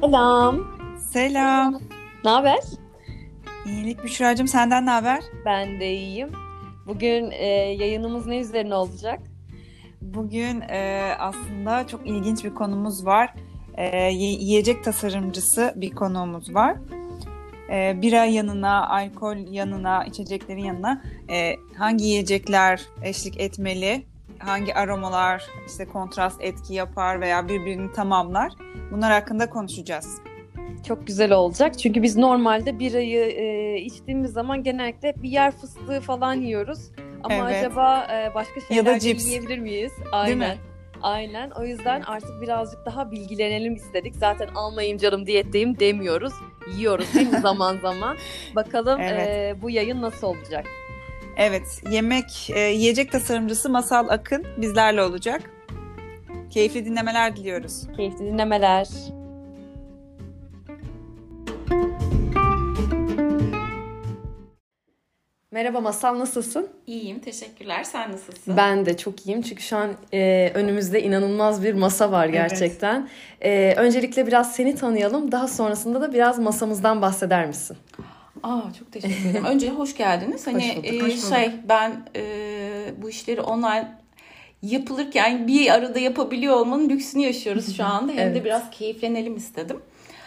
Selam. Selam. Ne haber? İyilik Büşra'cığım, senden ne haber? Ben de iyiyim. Bugün yayınımız ne üzerine olacak? Bugün aslında çok ilginç bir konumuz var. Yiyecek tasarımcısı bir konuğumuz var. Bira yanına, alkol yanına, içeceklerin yanına hangi yiyecekler eşlik etmeli? Hangi aromalar işte kontrast etki yapar veya birbirini tamamlar? Bunlar hakkında konuşacağız. Çok güzel olacak. Çünkü biz normalde birayı içtiğimiz zaman genellikle bir yer fıstığı falan yiyoruz. Ama Evet. acaba başka Ya da şeyler de cips. yiyebilir miyiz? Değil mi? Aynen. Aynen. O yüzden artık birazcık daha bilgilenelim istedik. Zaten almayayım canım diyetteyim demiyoruz. Yiyoruz değil mi zaman zaman? Bakalım Evet. bu yayın nasıl olacak? Evet, yiyecek tasarımcısı Masal Akın bizlerle olacak. Keyifli dinlemeler diliyoruz. Keyifli dinlemeler. Merhaba Masal, nasılsın? İyiyim, teşekkürler. Sen nasılsın? Ben de çok iyiyim çünkü şu an önümüzde inanılmaz bir masa var gerçekten. Öncelikle biraz seni tanıyalım, daha sonrasında da biraz masamızdan bahseder misin? Çok teşekkür ederim. Önce hoş geldiniz. Hani Hoş bulduk. ben bu işleri online yapılırken bir arada yapabiliyor olmanın lüksünü yaşıyoruz şu anda. Hem Evet. de biraz keyiflenelim istedim.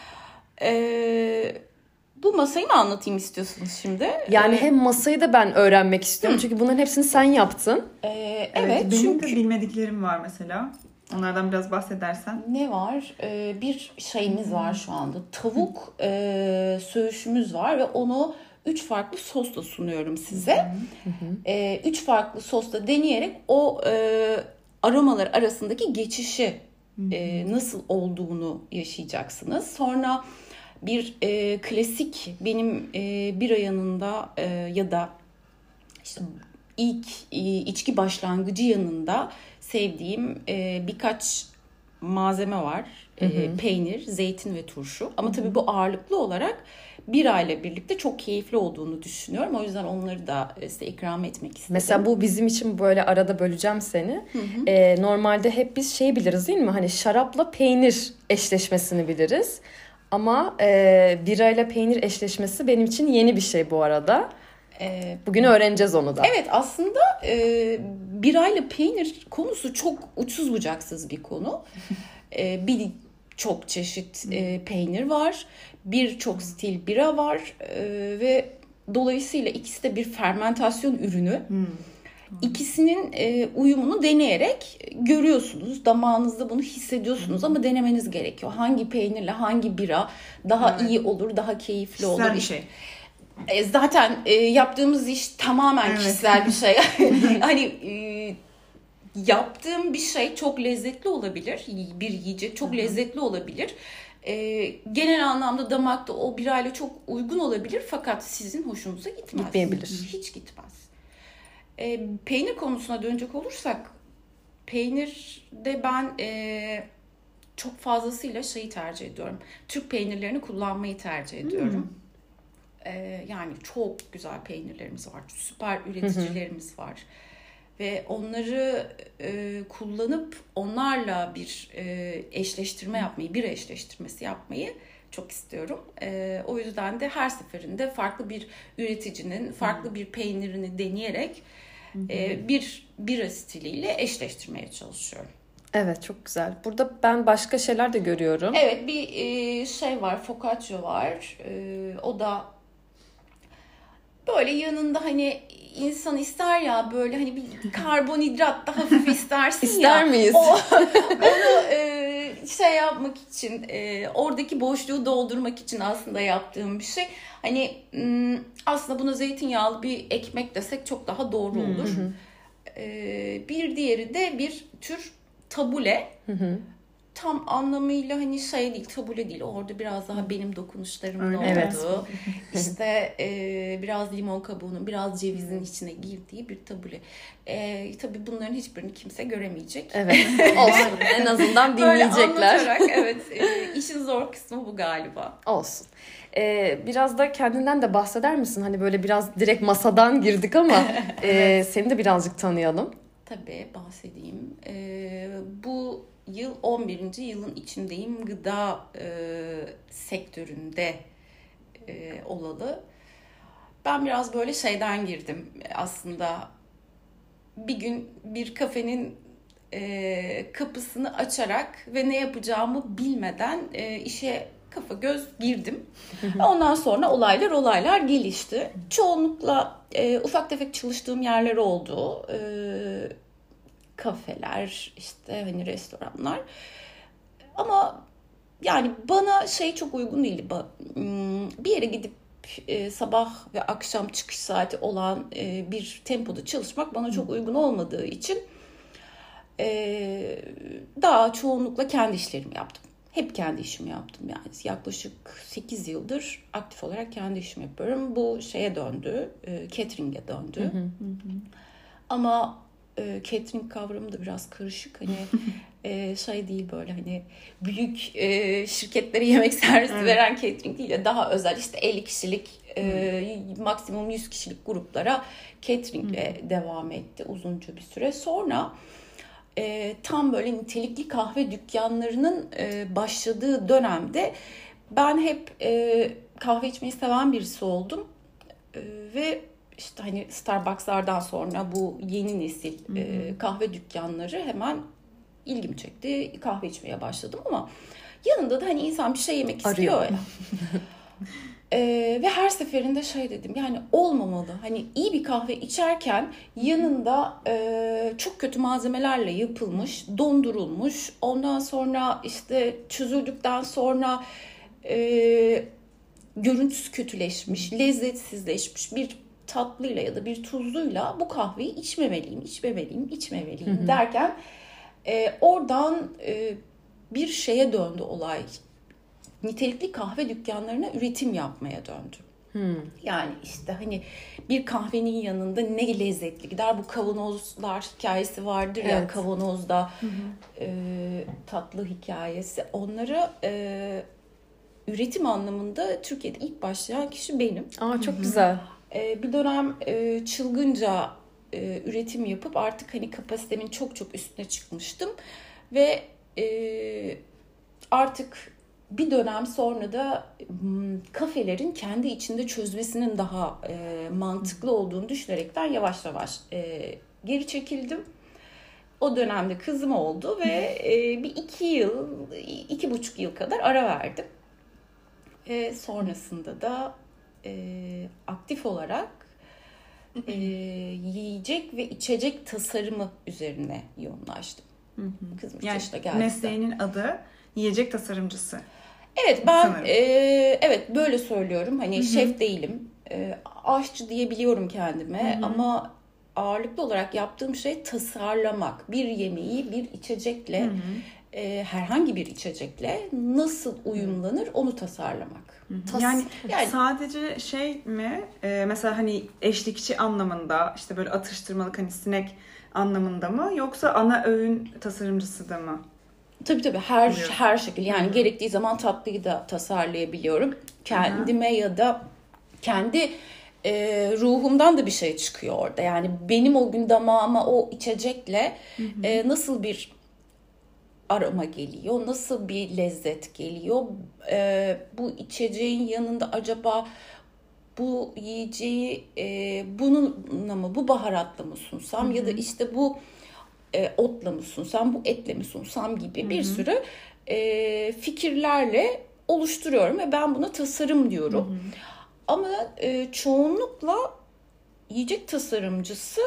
Bu masayı mı anlatayım istiyorsunuz şimdi? Yani hem masayı da ben öğrenmek istiyorum çünkü bunların hepsini sen yaptın. Evet, benim çünkü de bilmediklerim var mesela. Onlardan biraz bahsedersen. ne var? Bir şeyimiz var şu anda. Tavuk söğüşümüz var ve onu 3 farklı sosla sunuyorum size. 3 farklı sosla deneyerek o aromalar arasındaki geçişi nasıl olduğunu yaşayacaksınız. Sonra bir klasik benim bira yanında ya da işte ilk içki başlangıcı yanında sevdiğim birkaç malzeme var. Peynir, zeytin ve turşu. Ama tabii bu ağırlıklı olarak bira ile birlikte çok keyifli olduğunu düşünüyorum. O yüzden onları da size ikram etmek istedim. Mesela bu bizim için böyle arada böleceğim seni. Normalde hep biz şey biliriz değil mi? Hani şarapla peynir eşleşmesini biliriz. Ama birayla peynir eşleşmesi benim için yeni bir şey bu arada. Bugün öğreneceğiz onu da. Evet, aslında birayla peynir konusu çok uçsuz bucaksız bir konu. Birçok çeşit peynir var. Birçok stil bira var. Ve dolayısıyla ikisi de bir fermentasyon ürünü. İkisinin uyumunu deneyerek görüyorsunuz. Damağınızda bunu hissediyorsunuz ama denemeniz gerekiyor. Hangi peynirle hangi bira daha iyi olur, daha keyifli olur. Kişisel bir şey. Zaten yaptığımız iş tamamen kişisel bir şey. Hani yaptığım bir şey çok lezzetli olabilir. Bir yiyecek çok lezzetli olabilir. Genel anlamda damakta o birayla çok uygun olabilir. Fakat sizin hoşunuza gitmez. Gitmeyebilir. Hiç gitmez. Peynir konusuna dönecek olursak, peynirde ben çok fazlasıyla şeyi tercih ediyorum. Türk peynirlerini kullanmayı tercih ediyorum. Yani çok güzel peynirlerimiz var. Süper üreticilerimiz var. Ve onları kullanıp onlarla bir eşleştirme yapmayı, bir eşleştirmesi yapmayı çok istiyorum. O yüzden de her seferinde farklı bir üreticinin farklı bir peynirini deneyerek bir bira stiliyle eşleştirmeye çalışıyorum. Evet, çok güzel. Burada ben başka şeyler de görüyorum. Evet, bir şey var, focaccia var. O da böyle yanında hani insan ister ya, böyle hani bir karbonhidrat da hafif istersin ya. İster miyiz? Onu şey yapmak için, oradaki boşluğu doldurmak için aslında yaptığım bir şey. Hani aslında buna zeytinyağlı bir ekmek desek çok daha doğru olur. Bir diğeri de bir tür tabule. Tam anlamıyla hani şey değil, tabule değil. Orada biraz daha benim dokunuşlarımın olduğu, Evet. işte biraz limon kabuğunun, biraz cevizin içine girdiği bir tabule. Tabii bunların hiçbirini kimse göremeyecek. Evet. Olsun. En azından dinleyecekler. Böyle anlatarak, evet. İşin zor kısmı bu galiba. Olsun. Biraz da kendinden de bahseder misin? Hani böyle biraz direkt masadan girdik ama seni de birazcık tanıyalım. Tabii bahsedeyim. Bu yıl 11. yılın içindeyim gıda sektöründe olalı. Ben biraz böyle şeyden girdim aslında. Bir gün bir kafenin kapısını açarak ve ne yapacağımı bilmeden işe kafa göz girdim. Ondan sonra olaylar gelişti. Çoğunlukla ufak tefek çalıştığım yerler oldu. Kafeler, işte hani restoranlar. Ama yani bana şey çok uygun değil. Bir yere gidip sabah ve akşam çıkış saati olan bir tempoda çalışmak bana çok uygun olmadığı için daha çoğunlukla kendi işlerimi yaptım. Hep kendi işimi yaptım yani. Yaklaşık 8 yıldır aktif olarak kendi işimi yapıyorum. Bu şeye döndü, catering'e döndü. Ama catering kavramı da biraz karışık. Hani şey değil böyle hani büyük şirketlere yemek servisi veren catering değil de daha özel işte 50 kişilik maksimum 100 kişilik gruplara cateringle devam etti uzunca bir süre. Sonra tam böyle nitelikli kahve dükkanlarının başladığı dönemde ben hep kahve içmeyi seven birisi oldum. Ve işte hani Starbucks'lardan sonra bu yeni nesil kahve dükkanları hemen ilgimi çekti. Kahve içmeye başladım ama yanında da hani insan bir şey yemek istiyor ya. Ve her seferinde şey dedim yani olmamalı. Hani iyi bir kahve içerken yanında çok kötü malzemelerle yapılmış, dondurulmuş, ondan sonra işte çözüldükten sonra görüntüsü kötüleşmiş, lezzetsizleşmiş bir tatlıyla ya da bir tuzluyla bu kahveyi içmemeliyim derken oradan bir şeye döndü olay. Nitelikli kahve dükkanlarına üretim yapmaya döndü. Yani işte hani bir kahvenin yanında ne lezzetli gider, bu kavanozlar hikayesi vardır ya, kavanozda tatlı hikayesi. Onları üretim anlamında Türkiye'de ilk başlayan kişi benim. Çok güzel. Bir dönem çılgınca üretim yapıp artık hani kapasitemin çok çok üstüne çıkmıştım ve artık bir dönem sonra da kafelerin kendi içinde çözmesinin daha mantıklı olduğunu düşünerekten yavaş yavaş geri çekildim. O dönemde kızım oldu ve bir 2,5 yıl kadar ara verdim. Sonrasında da aktif olarak yiyecek ve içecek tasarımı üzerine yoğunlaştım. Kızım yani geldi. Mesleğinin adı yiyecek tasarımcısı. Evet ben evet böyle söylüyorum. Hani şef değilim. Aşçı diyebiliyorum kendime ama ağırlıklı olarak yaptığım şey tasarlamak. Bir yemeği bir içecekle herhangi bir içecekle nasıl uyumlanır onu tasarlamak. Yani sadece şey mi? Mesela hani eşlikçi anlamında işte böyle atıştırmalık hani snack anlamında mı yoksa ana öğün tasarımcısı da mı? Tabii her şekilde yani gerektiği zaman tatlıyı da tasarlayabiliyorum. Kendime ya da kendi ruhumdan da bir şey çıkıyor orada. Yani benim o gün damağıma o içecekle nasıl bir aroma geliyor, nasıl bir lezzet geliyor, bu içeceğin yanında acaba bu yiyeceği bununla mı, bu baharatla mı sunsam ya da işte bu otla mı sunsam, bu etle mi sunsam gibi bir sürü fikirlerle oluşturuyorum ve ben buna tasarım diyorum. Ama çoğunlukla yiyecek tasarımcısı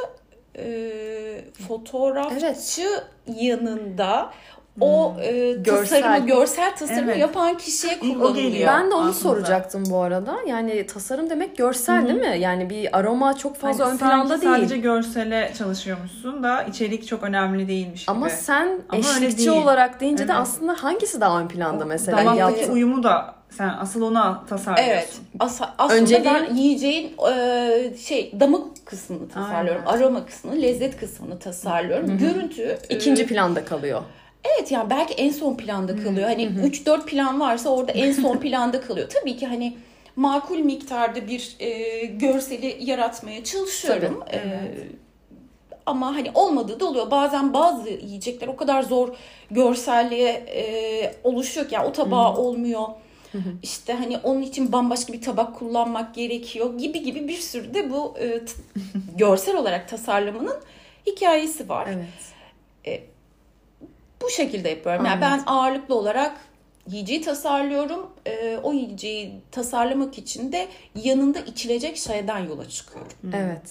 fotoğrafçı yanında o tasarımı, görsel tasarımı yapan kişiye kullanılıyor. Ben de onu soracaktım bu arada. Yani tasarım demek görsel değil mi? Yani bir aroma çok fazla ön planda değil. Sadece görsele çalışıyormuşsun da içerik çok önemli değilmiş gibi. Ama sen eşlikçi olarak deyince de aslında hangisi daha ön planda mesela? Damaktaki uyumu da sen asıl ona tasarlıyorsun. Evet. Aslında ben yiyeceğin damak kısmını tasarlıyorum. Aroma kısmını, lezzet kısmını tasarlıyorum. Görüntü ikinci planda kalıyor. Evet yani belki en son planda kalıyor. Hani 3-4 plan varsa orada en son planda kalıyor. Tabii ki hani makul miktarda bir görseli yaratmaya çalışıyorum. ama hani olmadığı da oluyor. Bazen bazı yiyecekler o kadar zor görselliğe oluşuyor ki yani o tabağa olmuyor. İşte hani onun için bambaşka bir tabak kullanmak gerekiyor gibi bir sürü de bu görsel olarak tasarlamanın hikayesi var. Evet. Bu şekilde yapıyorum. Yani ben ağırlıklı olarak yiyeceği tasarlıyorum. O yiyeceği tasarlamak için de yanında içilecek şeyden yola çıkıyorum. Evet.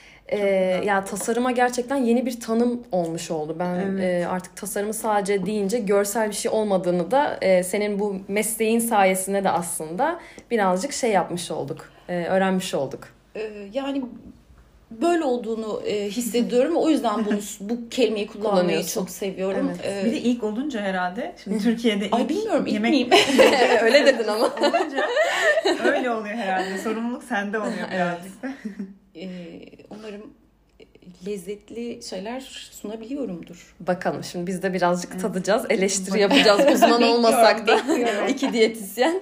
Ya tasarıma gerçekten yeni bir tanım olmuş oldu. Ben artık tasarımı sadece deyince görsel bir şey olmadığını da senin bu mesleğin sayesinde de aslında birazcık şey yapmış olduk. Öğrenmiş olduk. Yani böyle olduğunu hissediyorum. O yüzden bu kelimeyi kullanmayı çok seviyorum. Bir de ilk olunca herhalde. Şimdi Türkiye'de ilk bilmiyorum ilk yemek miyim? Öyle dedin ama. olunca öyle oluyor herhalde. Sorumluluk sende oluyor birazcık da. Umarım lezzetli şeyler sunabiliyorumdur. Bakalım şimdi biz de birazcık tadacağız. Eleştiri yapacağız uzman olmasak da. İki diyetisyen.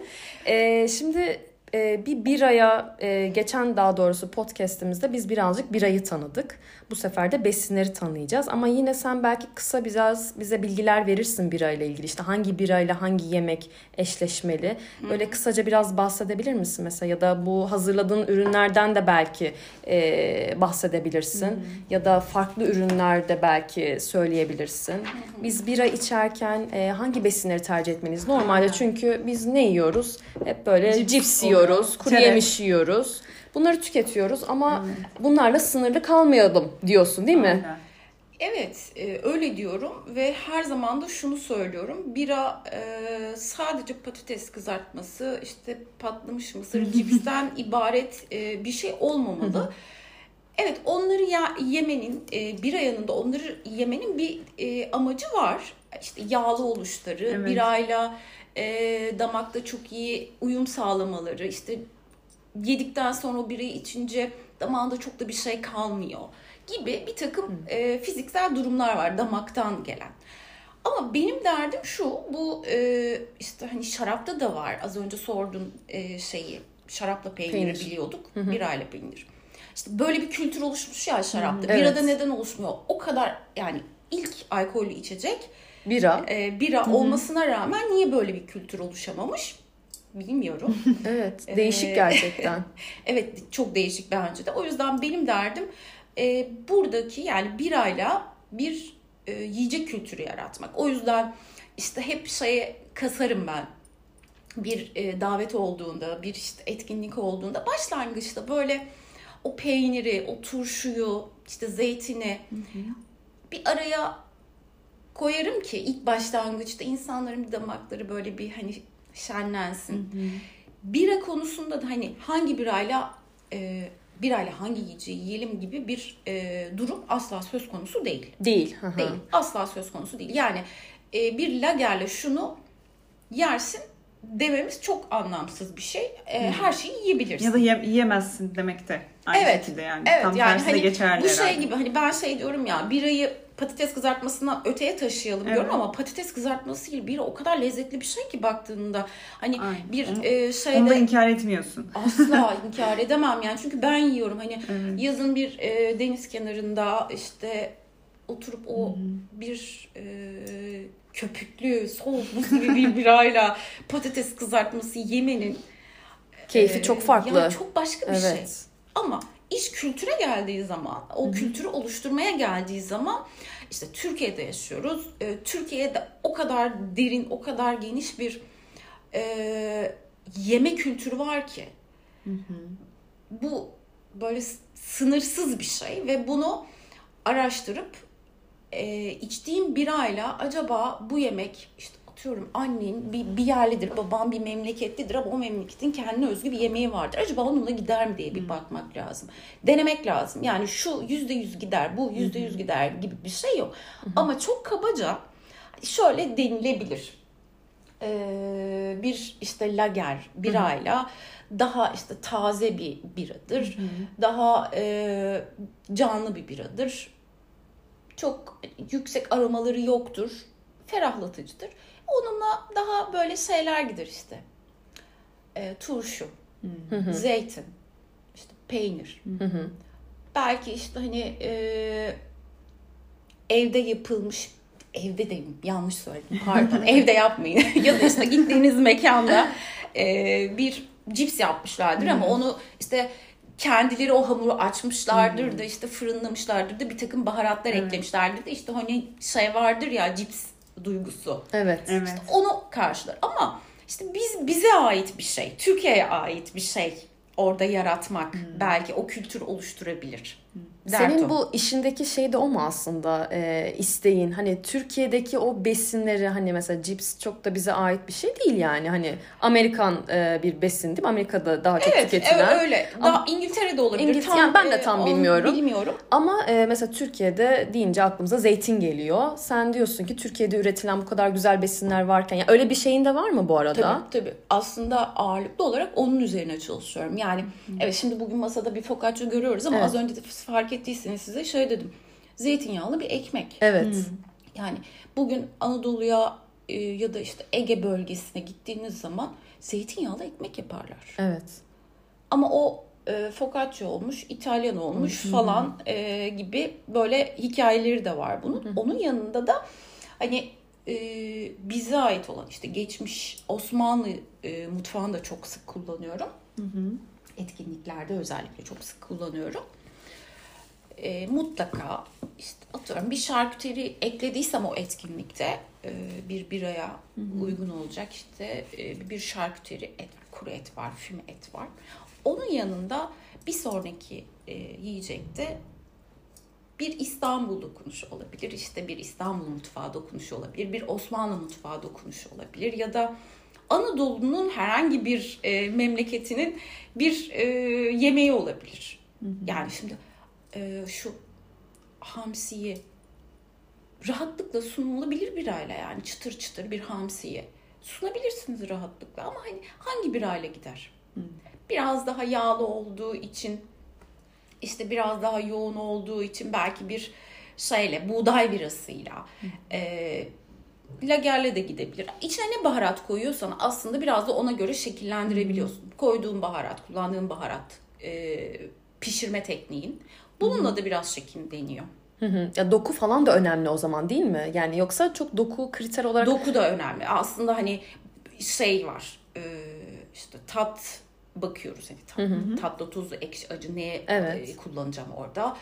Şimdi bir biraya geçen daha doğrusu podcast'imizde biz birazcık birayı tanıdık. Bu sefer de besinleri tanıyacağız. Ama yine sen belki kısa biraz bize bilgiler verirsin birayla ilgili. İşte hangi birayla hangi yemek eşleşmeli. Böyle kısaca biraz bahsedebilir misin mesela? Ya da bu hazırladığın ürünlerden de belki bahsedebilirsin. Ya da farklı ürünlerde belki söyleyebilirsin. Biz bira içerken hangi besinleri tercih etmeliyiz? Normalde çünkü biz ne yiyoruz? Hep böyle cips yiyoruz, kuru yemiş yiyoruz. Bunları tüketiyoruz ama bunlarla sınırlı kalmayalım diyorsun değil mi? Aynen. Evet, öyle diyorum ve her zaman da şunu söylüyorum. Bira sadece patates kızartması, işte patlamış mısır, cipsten ibaret bir şey olmamalı. Evet, onları yemenin, bira yanında onları yemenin bir amacı var. İşte yağlı oluşları, birayla damakta çok iyi uyum sağlamaları, işte yedikten sonra o birayı içince damağında çok da bir şey kalmıyor gibi bir takım fiziksel durumlar var damaktan gelen. Ama benim derdim şu, bu işte hani şarapta da var. Az önce sordun şeyi, şarapla peyniri biliyorduk, birayla peynir. İşte böyle bir kültür oluşmuş ya şarapta. Birada neden oluşmuyor? O kadar yani ilk alkollü içecek bira olmasına rağmen niye böyle bir kültür oluşamamış? Bilmiyorum. Evet, değişik gerçekten. Evet, çok değişik bence de. O yüzden benim derdim buradaki yani birayla bir yiyecek kültürü yaratmak. O yüzden işte hep şeye kasarım ben. Bir davet olduğunda, bir işte etkinlik olduğunda başlangıçta böyle o peyniri, o turşuyu, işte zeytini bir araya koyarım ki ilk başlangıçta insanların bir damakları böyle bir hani şenlensin. Bira konusunda da hani hangi birayla hangi yiyeceği yiyelim gibi bir durum asla söz konusu değil. Değil. Değil. Asla söz konusu değil. Yani bir lagerle şunu yersin dememiz çok anlamsız bir şey. Her şeyi yiyebilirsin. Ya da yiyemezsin demek de aynı şekilde yani. Evet, tam yani tersi hani de geçerli bu herhalde. şey gibi hani ben şey diyorum ya birayı patates kızartmasına öteye taşıyalım diyorum ama patates kızartmasıyla bira o kadar lezzetli bir şey ki baktığında hani bir şeyde onu da inkar etmiyorsun. Asla inkar edemem yani çünkü ben yiyorum hani yazın bir deniz kenarında işte oturup o bir köpüklü soğuk buz gibi bir birayla patates kızartması yemenin keyfi çok farklı. Yani çok başka bir şey. Ama iş kültüre geldiği zaman, o kültürü oluşturmaya geldiği zaman işte Türkiye'de yaşıyoruz. Türkiye'de o kadar derin, o kadar geniş bir yeme kültürü var ki. Bu böyle sınırsız bir şey ve bunu araştırıp içtiğim birayla acaba bu yemek işte atıyorum annen bir yerlidir, babam bir memleketlidir ama o memleketin kendine özgü bir yemeği vardır. Acaba onunla gider mi diye bir bakmak lazım. Denemek lazım. Yani şu %100 gider, bu %100 gider gibi bir şey yok. Ama çok kabaca şöyle denilebilir. Bir işte lager birayla daha işte taze bir biradır. Daha canlı bir biradır. Çok yüksek aromaları yoktur. Ferahlatıcıdır. Onunla daha böyle şeyler gider işte. Turşu, zeytin, işte peynir. Belki işte hani evde yapılmış, evde deyim yanlış söyledim pardon, evde yapmayın ya da işte gittiğiniz mekanda bir cips yapmışlardır ama onu işte kendileri o hamuru açmışlardır da işte fırınlamışlardır da bir takım baharatlar eklemişlerdir de işte hani şey vardır ya, cips duygusu. Evet. İşte onu karşılar ama işte bize ait bir şey, Türkiye'ye ait bir şey orada yaratmak belki o kültür oluşturabilir. Senin bu işindeki şey de o mu aslında, isteğin? Hani Türkiye'deki o besinleri, hani mesela cips çok da bize ait bir şey değil yani. Hani Amerikan bir besin değil mi? Amerika'da daha çok tüketilen. Evet öyle. Daha İngiltere'de olabilir. Yani ben de tam bilmiyorum. Bilmiyorum. Ama mesela Türkiye'de deyince aklımıza zeytin geliyor. Sen diyorsun ki Türkiye'de üretilen bu kadar güzel besinler varken, yani öyle bir şeyin de var mı bu arada? Tabii. Aslında ağırlıklı olarak onun üzerine çalışıyorum. Yani evet, şimdi bugün masada bir focaccia görüyoruz ama az önce de fark ettiyseniz size şey dedim. Zeytinyağlı bir ekmek. Evet. Yani bugün Anadolu'ya ya da işte Ege bölgesine gittiğiniz zaman zeytinyağlı ekmek yaparlar. Evet. Ama o focaccia olmuş, İtalyan olmuş falan gibi böyle hikayeleri de var bunun. Onun yanında da hani bize ait olan işte geçmiş Osmanlı mutfağını da çok sık kullanıyorum. Etkinliklerde özellikle çok sık kullanıyorum. Mutlaka işte atıyorum bir şarküteri eklediysem o etkinlikte bir biraya uygun olacak işte bir şarküteri et, kuru et var, füme et var. Onun yanında bir sonraki yiyecekte bir İstanbul dokunuşu olabilir, işte bir İstanbul mutfağı dokunuşu olabilir, bir Osmanlı mutfağı dokunuşu olabilir ya da Anadolu'nun herhangi bir memleketinin bir yemeği olabilir. Yani şimdi şu hamsiyi rahatlıkla sunulabilir birayla, yani çıtır çıtır bir hamsiyi sunabilirsiniz rahatlıkla ama hani hangi birayla gider? Biraz daha yağlı olduğu için, işte biraz daha yoğun olduğu için belki bir şeyle, buğday birasıyla, lagerle de gidebilir. İçine ne baharat koyuyorsan aslında biraz da ona göre şekillendirebiliyorsun. Koyduğun baharat, kullandığın baharat, pişirme tekniğin. Bununla da biraz şekilleniyor. Ya doku falan da önemli o zaman değil mi? Yani yoksa çok doku kriter olarak... Doku da önemli. Aslında hani şey var, işte tat bakıyoruz. Hani tatlı, tuzlu, ekşi, acı neye kullanacağım orada.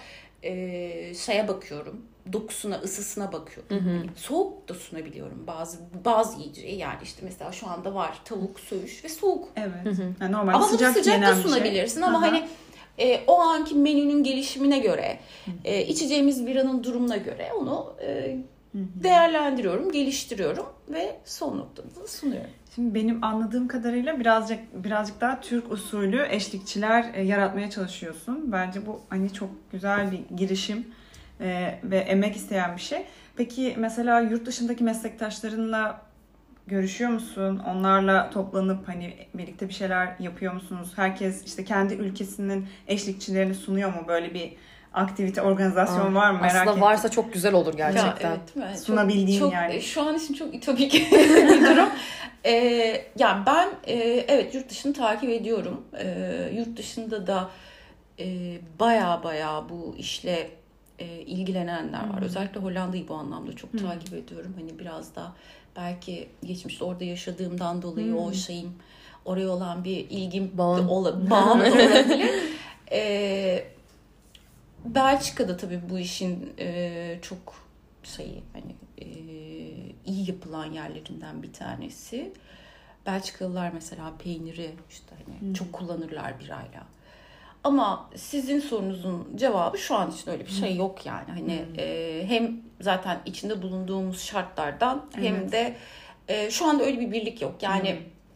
Şeye bakıyorum. Dokusuna, ısısına bakıyorum. Hani soğuk da sunabiliyorum bazı yiyeceği. Yani işte mesela şu anda var tavuk, söğüş ve soğuk. Evet. Yani normalde ama sıcak da sunabilirsin ama hani o anki menünün gelişimine göre, içeceğimiz biranın durumuna göre onu değerlendiriyorum, geliştiriyorum ve son noktada sunuyorum. Şimdi benim anladığım kadarıyla birazcık daha Türk usulü eşlikçiler yaratmaya çalışıyorsun. Bence bu hani çok güzel bir girişim ve emek isteyen bir şey. Peki mesela yurt dışındaki meslektaşlarınla görüşüyor musun? Onlarla toplanıp hani birlikte bir şeyler yapıyor musunuz? Herkes işte kendi ülkesinin eşlikçilerini sunuyor mu? Böyle bir aktivite, organizasyon var mı? Merak ettim. Aslında varsa çok güzel olur gerçekten. Evet, sunabildiğin çok, yani. Şu an için çok ütopik bir durum. Yani ben evet yurt dışını takip ediyorum. Yurt dışında da baya bu işle ilgilenenler var. Özellikle Hollanda'yı bu anlamda çok takip ediyorum. Hani biraz da belki geçmişte orada yaşadığımdan dolayı o şeyim, oraya olan bir ilgim bağım da olabilir. Belçika'da tabii bu işin çok hani iyi yapılan yerlerinden bir tanesi. Belçikalılar mesela peyniri işte hani çok kullanırlar birayla. Ama sizin sorunuzun cevabı şu an için öyle bir şey yok yani. Hani hem zaten içinde bulunduğumuz şartlardan hem de şu anda öyle bir birlik yok. Yani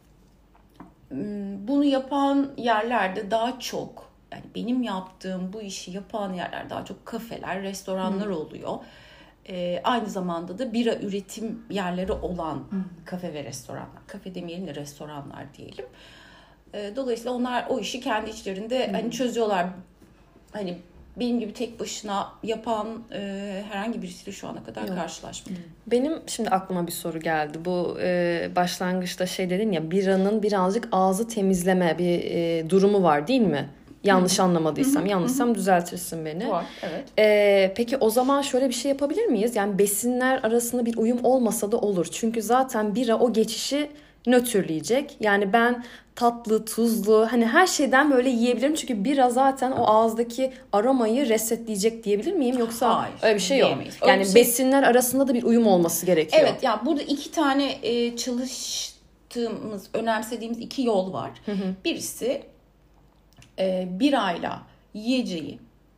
bunu yapan yerlerde daha çok, yani benim yaptığım bu işi yapan yerler daha çok kafeler, restoranlar oluyor. Aynı zamanda da bira üretim yerleri olan kafe ve restoranlar. Kafe demeyelim de restoranlar diyelim. Dolayısıyla onlar o işi kendi içlerinde hani çözüyorlar. Hani benim gibi tek başına yapan herhangi birisiyle şu ana kadar karşılaşmadım. Benim şimdi aklıma bir soru geldi. Bu başlangıçta şey dedin ya, biranın birazcık ağzı temizleme bir durumu var değil mi? Yanlış anlamadıysam. Yanlışsam düzeltirsin beni. Var, evet. Peki o zaman şöyle bir şey yapabilir miyiz? Yani besinler arasında bir uyum olmasa da olur. Çünkü zaten bira o geçişi nötrleyecek. Yani ben tatlı, tuzlu hani her şeyden böyle yiyebilirim. Çünkü bira zaten o ağızdaki aromayı resetleyecek diyebilir miyim? Yoksa Hayır, öyle bir şey yok. diyemeyiz. Öyle Yani bir şey... besinler arasında da bir uyum olması gerekiyor. Evet, yani burada iki tane çalıştığımız, önemsediğimiz iki yol var. Birisi birayla yiyeceği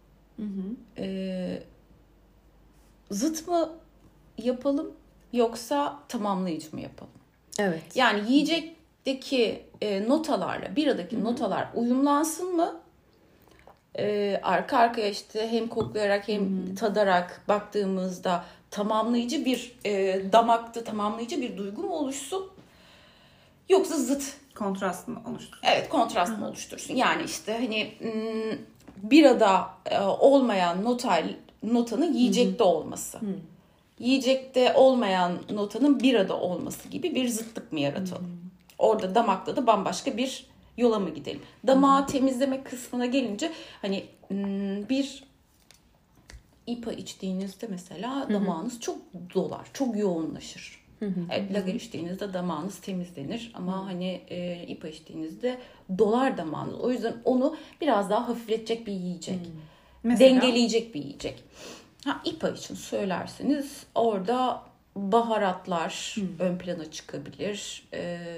zıt mı yapalım yoksa tamamlayıcı mı yapalım? Evet. Yani yiyecekteki notalarla biradaki notalar uyumlansın mı? Arka arkaya işte hem koklayarak hem tadarak baktığımızda tamamlayıcı bir damakta tamamlayıcı bir duygu mu oluşsun? Yoksa zıt kontrast mı oluştursun? Evet, kontrast mı oluştursun? Yani işte hani birada olmayan notanın yiyecekte olması. Yiyecekte olmayan notanın birada olması gibi bir zıtlık mı yaratalım? Orada damakta da bambaşka bir yola mı gidelim? Damağı temizleme kısmına gelince hani bir IPA içtiğinizde mesela damağınız çok dolar, çok yoğunlaşır. Evet, lager içtiğinizde damağınız temizlenir ama hani IPA içtiğinizde dolar damağınız. O yüzden onu biraz daha hafifletecek bir yiyecek. Mesela? Dengeleyecek bir yiyecek. IPA için söylerseniz orada baharatlar ön plana çıkabilir.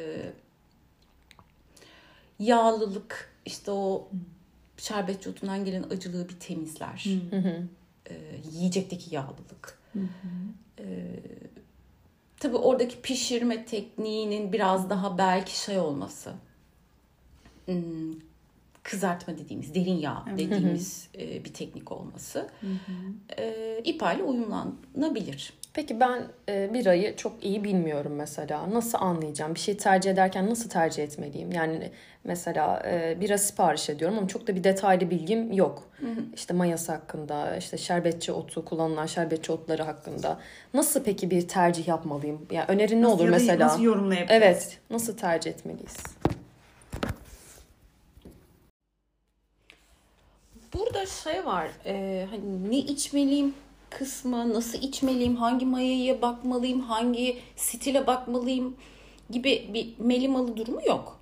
Yağlılık, işte o şerbetçi otundan gelen acılığı bir temizler. Yiyecekteki yağlılık. Tabii oradaki pişirme tekniğinin biraz daha belki şey olması. Kızartma dediğimiz, derin yağ dediğimiz bir teknik olması. IPA ile uyumlanabilir. Peki ben birayı çok iyi bilmiyorum mesela. Nasıl anlayacağım? Bir şey tercih ederken nasıl tercih etmeliyim? Yani mesela bira sipariş ediyorum ama çok da bir detaylı bilgim yok. İşte mayası hakkında, işte şerbetçi otu, kullanılan şerbetçi otları hakkında. Nasıl peki bir tercih yapmalıyım? Yani önerin ne olur mesela? Nasıl yorumlayabiliriz? Evet, nasıl tercih etmeliyiz? Burada şey var, hani ne içmeliyim kısmı, nasıl içmeliyim, hangi mayaya bakmalıyım, hangi stile bakmalıyım gibi bir melimalı durumu yok.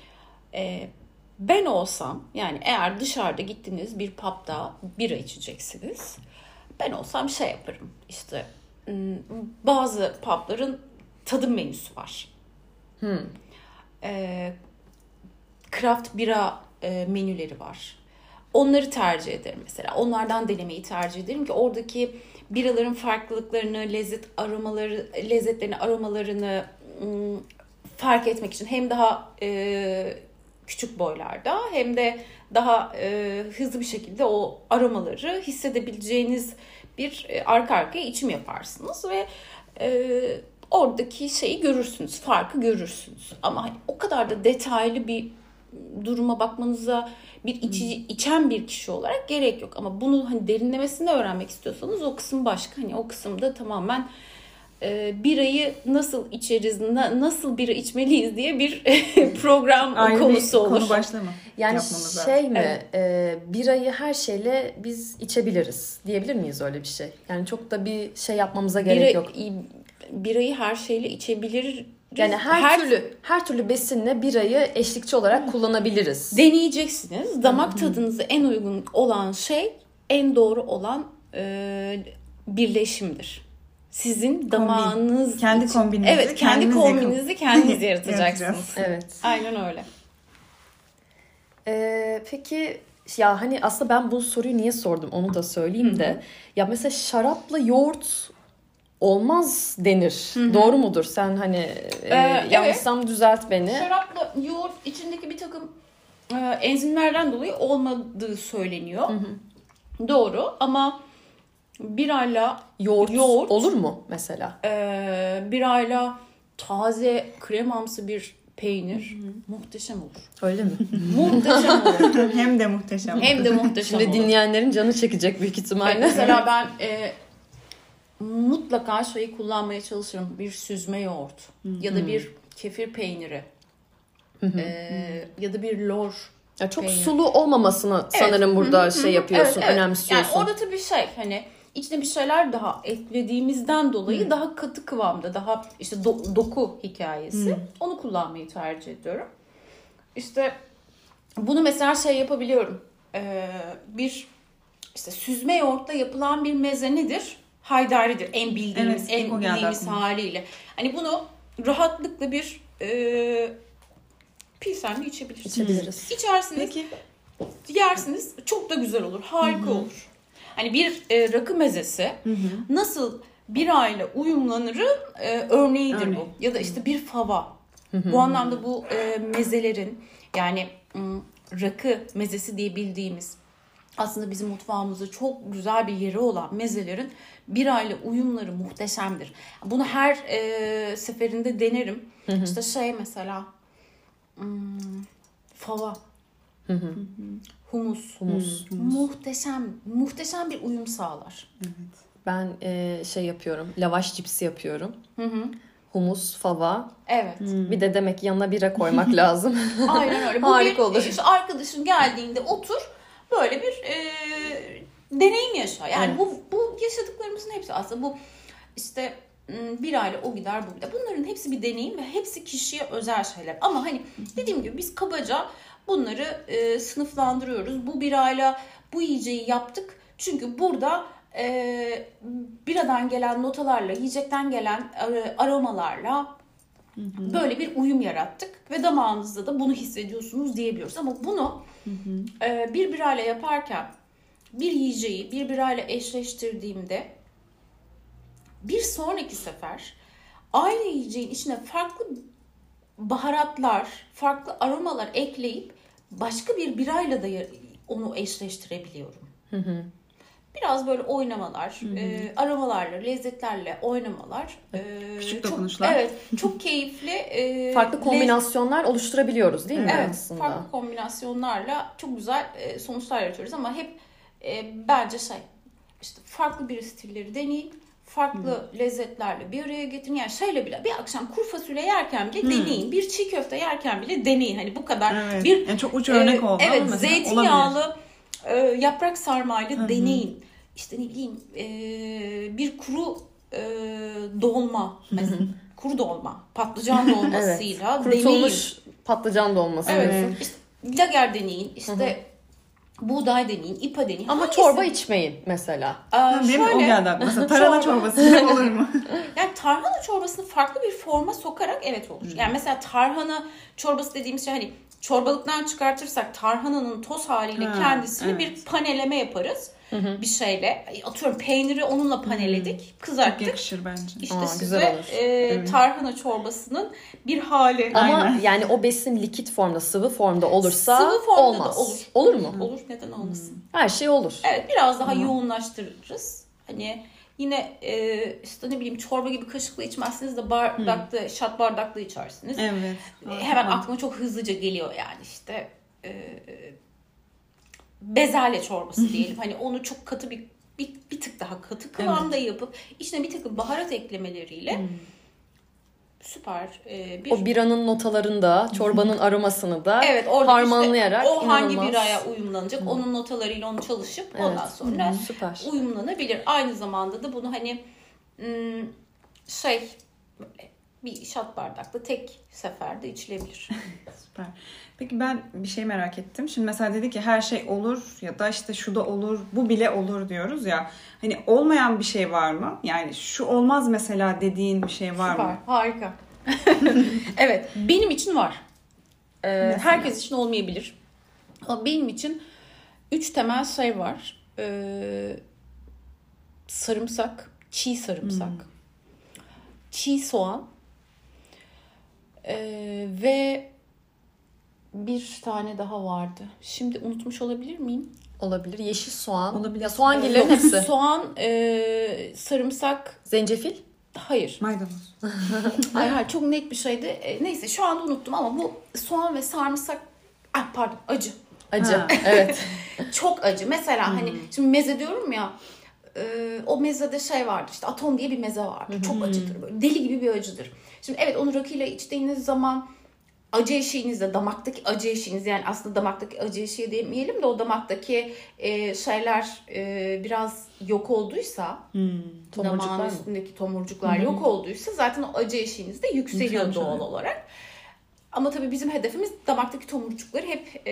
Ben olsam, yani eğer dışarıda gittiniz bir pub'da bira içeceksiniz, ben olsam şey yaparım, işte bazı pub'ların tadım menüsü var. Craft bira menüleri var. Onları tercih ederim mesela. Onlardan denemeyi tercih ederim ki oradaki biraların farklılıklarını, lezzetlerini, aromalarını fark etmek için hem daha küçük boylarda hem de daha hızlı bir şekilde o aromaları hissedebileceğiniz bir arka arkaya içim yaparsınız ve oradaki şeyi görürsünüz, farkı görürsünüz. Ama hani o kadar da detaylı bir duruma bakmanıza bir içen bir kişi olarak gerek yok. Ama bunu hani derinlemesine öğrenmek istiyorsanız o kısım başka. Hani o kısımda tamamen birayı nasıl içeriz, nasıl bira içmeliyiz diye bir program konusu olur. Konu başlama. Yani şey mi, birayı her şeyle biz içebiliriz diyebilir miyiz öyle bir şey? Yani çok da bir şey yapmamıza gerek yok. Birayı her şeyle içebilir. Yani her türlü besinle birayı eşlikçi olarak kullanabiliriz. Deneyeceksiniz. Damak tadınıza en uygun olan şey, en doğru olan birleşimdir. Sizin damağınız kendi için. kombininizi, evet, kendi kombininizi kendiniz yaratacaksınız. Evet. Aynen öyle. Peki ya hani aslında ben bu soruyu niye sordum onu da söyleyeyim de. Ya mesela şarapla yoğurt olmaz denir. Doğru mudur? Sen hani yanlışsam düzelt beni. Şarapla yoğurt içindeki bir takım enzimlerden dolayı olmadığı söyleniyor. Doğru ama birayla yoğurt olur mu mesela? Birayla taze kremamsı bir peynir muhteşem olur. Öyle mi? Muhteşem olur. Hem de muhteşem. Hem de muhteşem Şimdi olur. dinleyenlerin canı çekecek büyük ihtimalle. Mesela ben mutlaka şeyi kullanmaya çalışırım. Bir süzme yoğurt ya da bir kefir peyniri ya da bir lor Ya çok peynir. sulu olmamasını sanırım burada yapıyorsun, evet. önemsiyorsun. Yani orada tabii hani içine bir şeyler daha eklediğimizden dolayı daha katı kıvamda, daha işte doku hikayesi. Onu kullanmayı tercih ediyorum. İşte bunu mesela yapabiliyorum. Bir işte süzme yoğurtla yapılan bir meze nedir? Haydaridir. En bildiğimiz haliyle. Hani bunu rahatlıkla bir pilsenle içebiliriz. İçersiniz. Peki. Yersiniz. Çok da güzel olur. Harika olur. Hani bir rakı mezesi nasıl birayla uyumlanırı örneğidir bu. Ya da işte bir fava. Bu anlamda bu mezelerin, yani rakı mezesi diye bildiğimiz, aslında bizim mutfağımızda çok güzel bir yeri olan mezelerin birayla uyumları muhteşemdir. Bunu her seferinde denerim. İşte mesela fava, humus. Muhteşem bir uyum sağlar. Evet. Ben yapıyorum. Lavaş cipsi yapıyorum. Humus, fava. Evet. Bir de demek ki yanına bira koymak lazım. Aynen öyle. Bu harika olur. İşte arkadaşın geldiğinde otur, böyle bir deneyim yaşa. Yani bu yaşadıklarımızın hepsi aslında bu işte bir aile o gider bu gider. Bunların hepsi bir deneyim ve hepsi kişiye özel şeyler. Ama hani dediğim gibi biz kabaca bunları sınıflandırıyoruz. Bu bir aile bu yiyeceği yaptık. Çünkü burada biradan gelen notalarla, yiyecekten gelen aromalarla böyle bir uyum yarattık ve damağınızda da bunu hissediyorsunuz diyebiliyoruz. Ama bunu bir birayla yaparken bir yiyeceği bir birayla eşleştirdiğimde bir sonraki sefer aynı yiyeceğin içine farklı baharatlar, farklı aromalar ekleyip başka bir birayla da onu eşleştirebiliyorum. Biraz böyle oynamalar, aromalarla, lezzetlerle oynamalar. Küçük dokunuşlar. Evet, çok keyifli. Farklı kombinasyonlar oluşturabiliyoruz değil mi aslında? Farklı kombinasyonlarla çok güzel sonuçlar yaratıyoruz ama hep bence işte farklı bir stilleri deneyin. Farklı lezzetlerle bir araya getirin. Yani bile bir akşam kuru fasulye yerken bile deneyin. Bir çiğ köfte yerken bile deneyin. Hani bu kadar. Evet. Yani çok uç örnek oldu. Evet, zeytinyağlı yaprak sarmayla deneyin. İşte ne bileyim bir kuru dolma mesela. Kuru dolma, patlıcan dolmasıyla deneyin. Kurutulmuş patlıcan dolması. Evet. İşte lager deneyin. İşte buğday deneyin, ipa deneyin. Ama çorba içmeyin mesela. Benim o geldi aklıma. Mesela tarhana çorbası olur mu? Yani tarhana çorbasını farklı bir forma sokarak evet olur. Yani mesela tarhana çorbası dediğimiz şey hani çorbalıktan çıkartırsak tarhananın toz haliyle kendisini bir paneleme yaparız. Bir şeyle. Atıyorum peyniri onunla paneledik. Kızarttık. Çok yakışır bence. İşte size tarhana çorbasının bir hali. Ama Aynen. yani o besin likit formda, sıvı formda olursa sıvı formda olmaz. da olur. Olur mu? Olur. Neden olmasın? Her şey olur. Evet, biraz daha yoğunlaştırırız. Hani yine işte ne bileyim çorba gibi kaşıkla içmezsiniz de bardakta, şat bardakla içersiniz. Evet. Hemen aklıma çok hızlıca geliyor yani işte bezelye çorbası diyelim. Hani onu çok katı bir tık daha katı kıvamda yapıp içine bir takım baharat eklemeleriyle süper o biranın notalarını da, çorbanın aromasını da harmanlayarak işte, o hangi biraya uyumlanacak onun notalarıyla onu çalışıp ondan sonra uyumlanabilir. Aynı zamanda da bunu hani bir şat bardakla tek seferde içilebilir. Süper. Peki ben bir şey merak ettim. Şimdi mesela dedi ki her şey olur ya da işte şu da olur, bu bile olur diyoruz ya. Hani olmayan bir şey var mı? Yani şu olmaz mesela dediğin bir şey var mı? Harika. Evet, benim için var. Herkes için olmayabilir. Ama benim için 3 temel şey var. Sarımsak, çiğ sarımsak, çiğ soğan ve bir tane daha vardı. Şimdi unutmuş olabilir miyim? Olabilir. Yeşil soğan. Olabilir. Ya soğangillerin hepsi. Soğan, sarımsak. Zencefil? Hayır. Maydanoz. Hayır, çok net bir şeydi. Neyse şu anda unuttum ama bu soğan ve sarımsak acı. Acı. Evet. Çok acı. Mesela hani şimdi meze diyorum ya, o mezede vardır işte atom diye bir meze vardır. Çok acıdır böyle. Deli gibi bir acıdır. Şimdi evet onu rakıyla içtiğiniz zaman acı eşiğinizde, damaktaki acı eşiğiniz, yani aslında damaktaki acı eşiği demeyelim de o damaktaki şeyler biraz yok olduysa, damağın üstündeki tomurcuklar yok olduysa zaten o acı eşiğiniz de yükseliyor doğal olarak. Ama tabii bizim hedefimiz damaktaki tomurcukları hep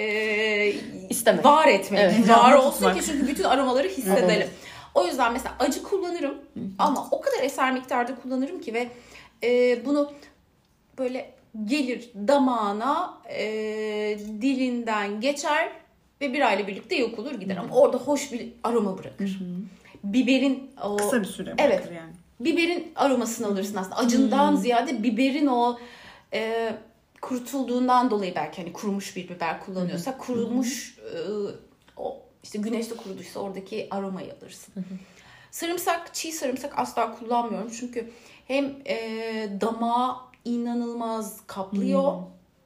var etmek. Evet. Var olsun ki çünkü bütün aromaları hissedelim. O yüzden mesela acı kullanırım ama o kadar eser miktarda kullanırım ki ve bunu böyle gelir damağına, dilinden geçer ve birayla birlikte yok olur gider. Ama orada hoş bir aroma bırakır. Biberin o... Kısa bir süre bırakır yani. Biberin aromasını alırsın aslında. Acından ziyade biberin o kurutulduğundan dolayı belki hani kurumuş bir biber kullanıyorsak kurumuş o işte güneşte kuruduysa oradaki aromayı alırsın. Sarımsak, çiğ sarımsak asla kullanmıyorum. Çünkü hem damağı inanılmaz kaplıyor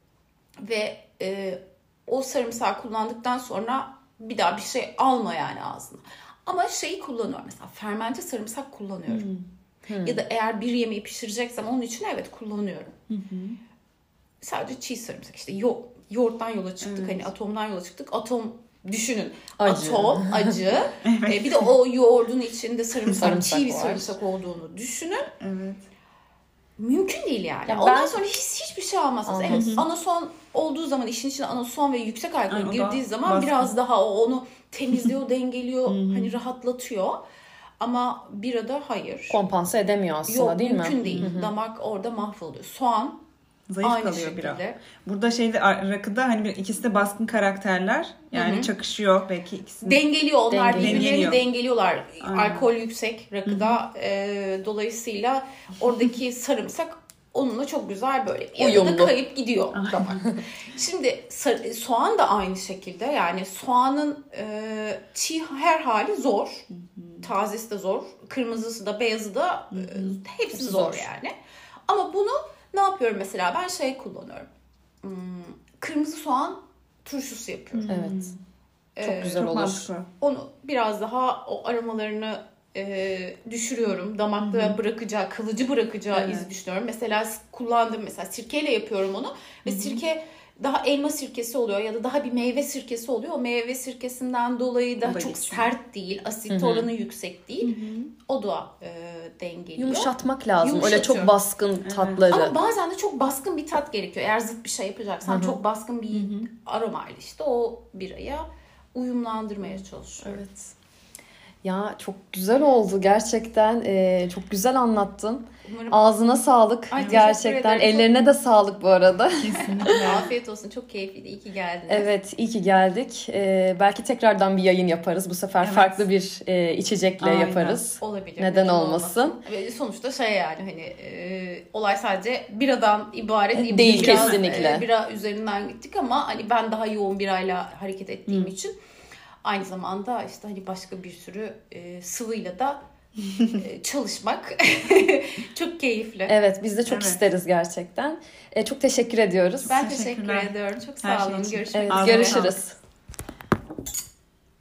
ve o sarımsağı kullandıktan sonra bir daha bir şey alma yani ağzına. Ama şeyi kullanıyorum mesela, fermente sarımsak kullanıyorum. Ya da eğer bir yemeği pişireceksem onun için evet kullanıyorum. Sadece çiğ sarımsak işte yoğurttan yola çıktık, hani atomdan yola çıktık. Atom düşünün. Acı. Atom, acı. Bir de o yoğurdun içinde sarımsak çiğ bir sarımsak olduğunu düşünün. Evet. Mümkün değil yani. Ondan sonra hiçbir şey almazsınız. Evet, anason olduğu zaman, işin içine anason ve yüksek alkol girdiği zaman biraz daha onu temizliyor, dengeliyor, hani rahatlatıyor. Ama birada hayır. Kompanse edemiyor aslında, değil mi? Yok, mümkün değil. Damak orada mahvoluyor. Soğan zayıf aynı kalıyor şekilde. Biraz. Burada rakıda hani ikisi de baskın karakterler. Yani çakışıyor belki ikisi. Dengeliyor onlar, birbirlerini dengeliyorlar. Aynen. Alkol yüksek rakıda. Dolayısıyla oradaki sarımsak onunla çok güzel böyle yanında kayıp gidiyor damak. Şimdi soğan da aynı şekilde. Yani soğanın çiğ her hali zor. Tazesi de zor. Kırmızısı da beyazı da hepsi zor yani. Ama bunu ne yapıyorum mesela? Ben şey kullanıyorum. Kırmızı soğan turşusu yapıyorum. Evet. Çok güzel olur. Mantıklı. Onu biraz daha o aromalarını düşürüyorum. Damakta bırakacağı, kalıcı bırakacağı izi düşünüyorum. Mesela kullandığım sirkeyle yapıyorum onu. Ve sirke daha elma sirkesi oluyor ya da daha bir meyve sirkesi oluyor. O meyve sirkesinden dolayı da çok sert değil. Asit oranı yüksek değil. O da dengeliyor. Yumuşatmak lazım. Öyle çok baskın tatları. Ama bazen de çok baskın bir tat gerekiyor. Eğer zıt bir şey yapacaksan çok baskın bir aromayla işte o biraya uyumlandırmaya çalışıyorum. Evet. Ya çok güzel oldu gerçekten. Çok güzel anlattın. Umarım... Ağzına sağlık. Ay, gerçekten. Ellerine de sağlık bu arada. Kesinlikle. Afiyet olsun. Çok keyifliydi. İyi ki geldiniz. Evet, iyi ki geldik. Belki tekrardan bir yayın yaparız. Bu sefer farklı bir içecekle yaparız. Olabilir. Neden olmasın? Sonuçta yani hani olay sadece biradan ibaret değil kesinlikle. Bira üzerinden gittik ama hani ben daha yoğun birayla hareket ettiğim için aynı zamanda işte hani başka bir sürü sıvıyla da çalışmak çok keyifli. Evet, biz de çok isteriz gerçekten. Çok teşekkür ediyoruz. Ben teşekkür ediyorum. Çok sağ olun. Görüşmek üzere. Görüşürüz.